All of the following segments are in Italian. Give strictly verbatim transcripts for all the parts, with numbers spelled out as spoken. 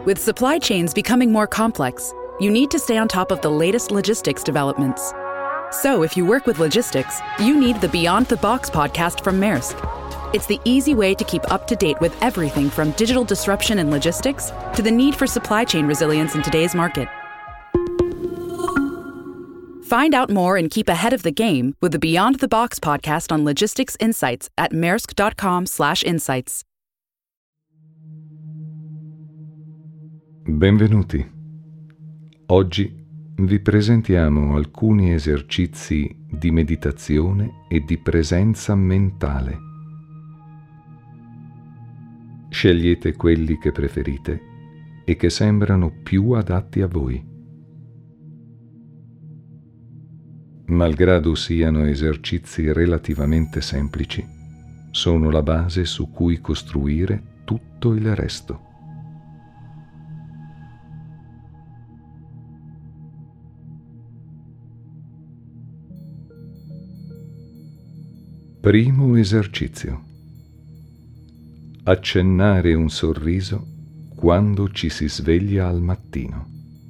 With supply chains becoming more complex, you need to stay on top of the latest logistics developments. So if you work with logistics, you need the Beyond the Box podcast from Maersk. It's the easy way to keep up to date with everything from digital disruption in logistics to the need for supply chain resilience in today's market. Find out more and keep ahead of the game with the Beyond the Box podcast on logistics insights at maersk.com slash insights. Benvenuti. Oggi vi presentiamo alcuni esercizi di meditazione e di presenza mentale. Scegliete quelli che preferite e che sembrano più adatti a voi. Malgrado siano esercizi relativamente semplici, sono la base su cui costruire tutto il resto. Primo esercizio. Accennare un sorriso quando ci si sveglia al mattino.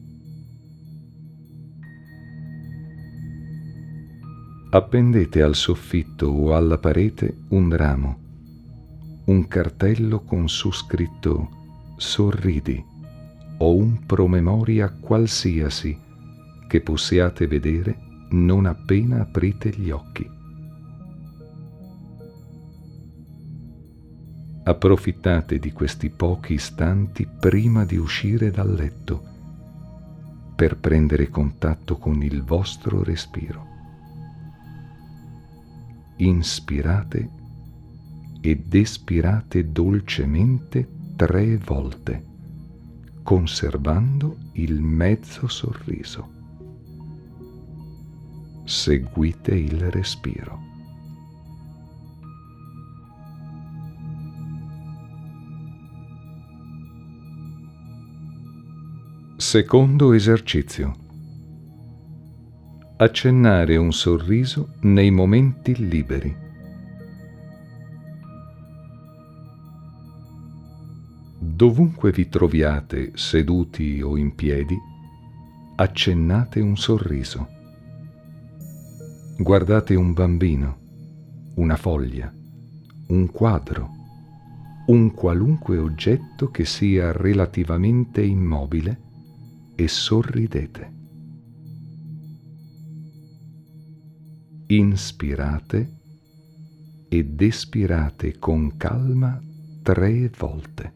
Appendete al soffitto o alla parete un ramo, un cartello con su scritto "Sorridi" o un promemoria qualsiasi che possiate vedere non appena aprite gli occhi. Approfittate di questi pochi istanti prima di uscire dal letto per prendere contatto con il vostro respiro. Inspirate ed espirate dolcemente tre volte, conservando il mezzo sorriso. Seguite il respiro. Secondo esercizio. Accennare un sorriso nei momenti liberi. Dovunque vi troviate, seduti o in piedi, accennate un sorriso. Guardate un bambino, una foglia, un quadro, un qualunque oggetto che sia relativamente immobile e sorridete. Inspirate ed espirate con calma tre volte.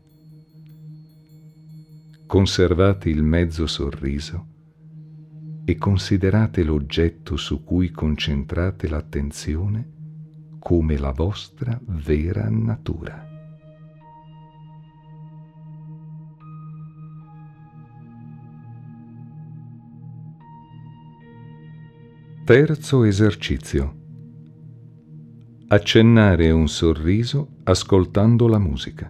Conservate il mezzo sorriso e considerate l'oggetto su cui concentrate l'attenzione come la vostra vera natura. Terzo esercizio. Accennare un sorriso ascoltando la musica.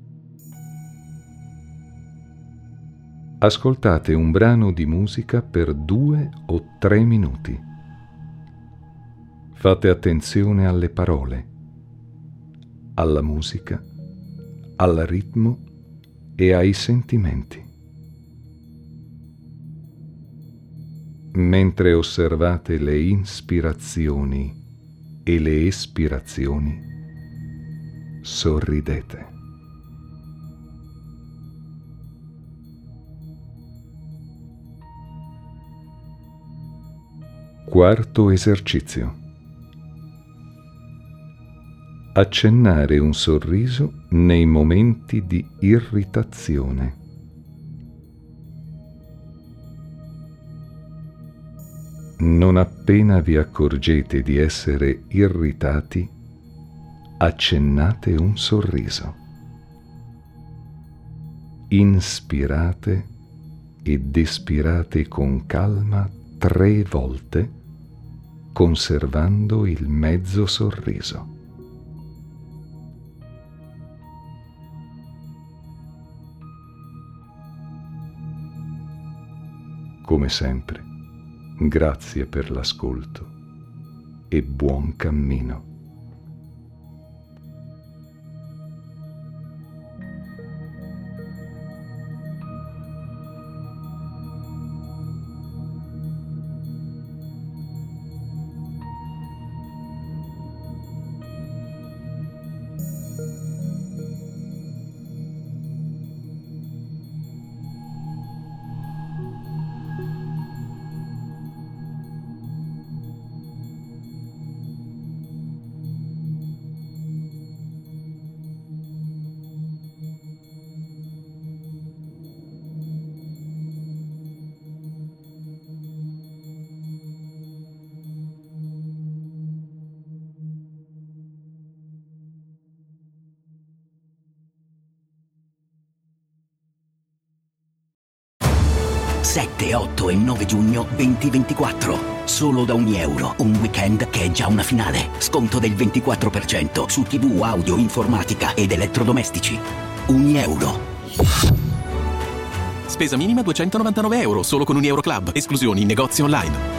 Ascoltate un brano di musica per due o tre minuti. Fate attenzione alle parole, alla musica, al ritmo e ai sentimenti. Mentre osservate le inspirazioni e le espirazioni, sorridete. Quarto esercizio. Accennare un sorriso nei momenti di irritazione. Non appena vi accorgete di essere irritati, accennate un sorriso. Inspirate ed espirate con calma tre volte, conservando il mezzo sorriso. Come sempre, grazie per l'ascolto e buon cammino. sette, otto e nove giugno duemilaventiquattro. Solo da ogni euro, un weekend che è già una finale. Sconto del ventiquattro per cento su tivù, audio, informatica ed elettrodomestici. Ogni euro. Spesa minima duecentonovantanove euro, solo con un Euro Club. Esclusioni in negozio online.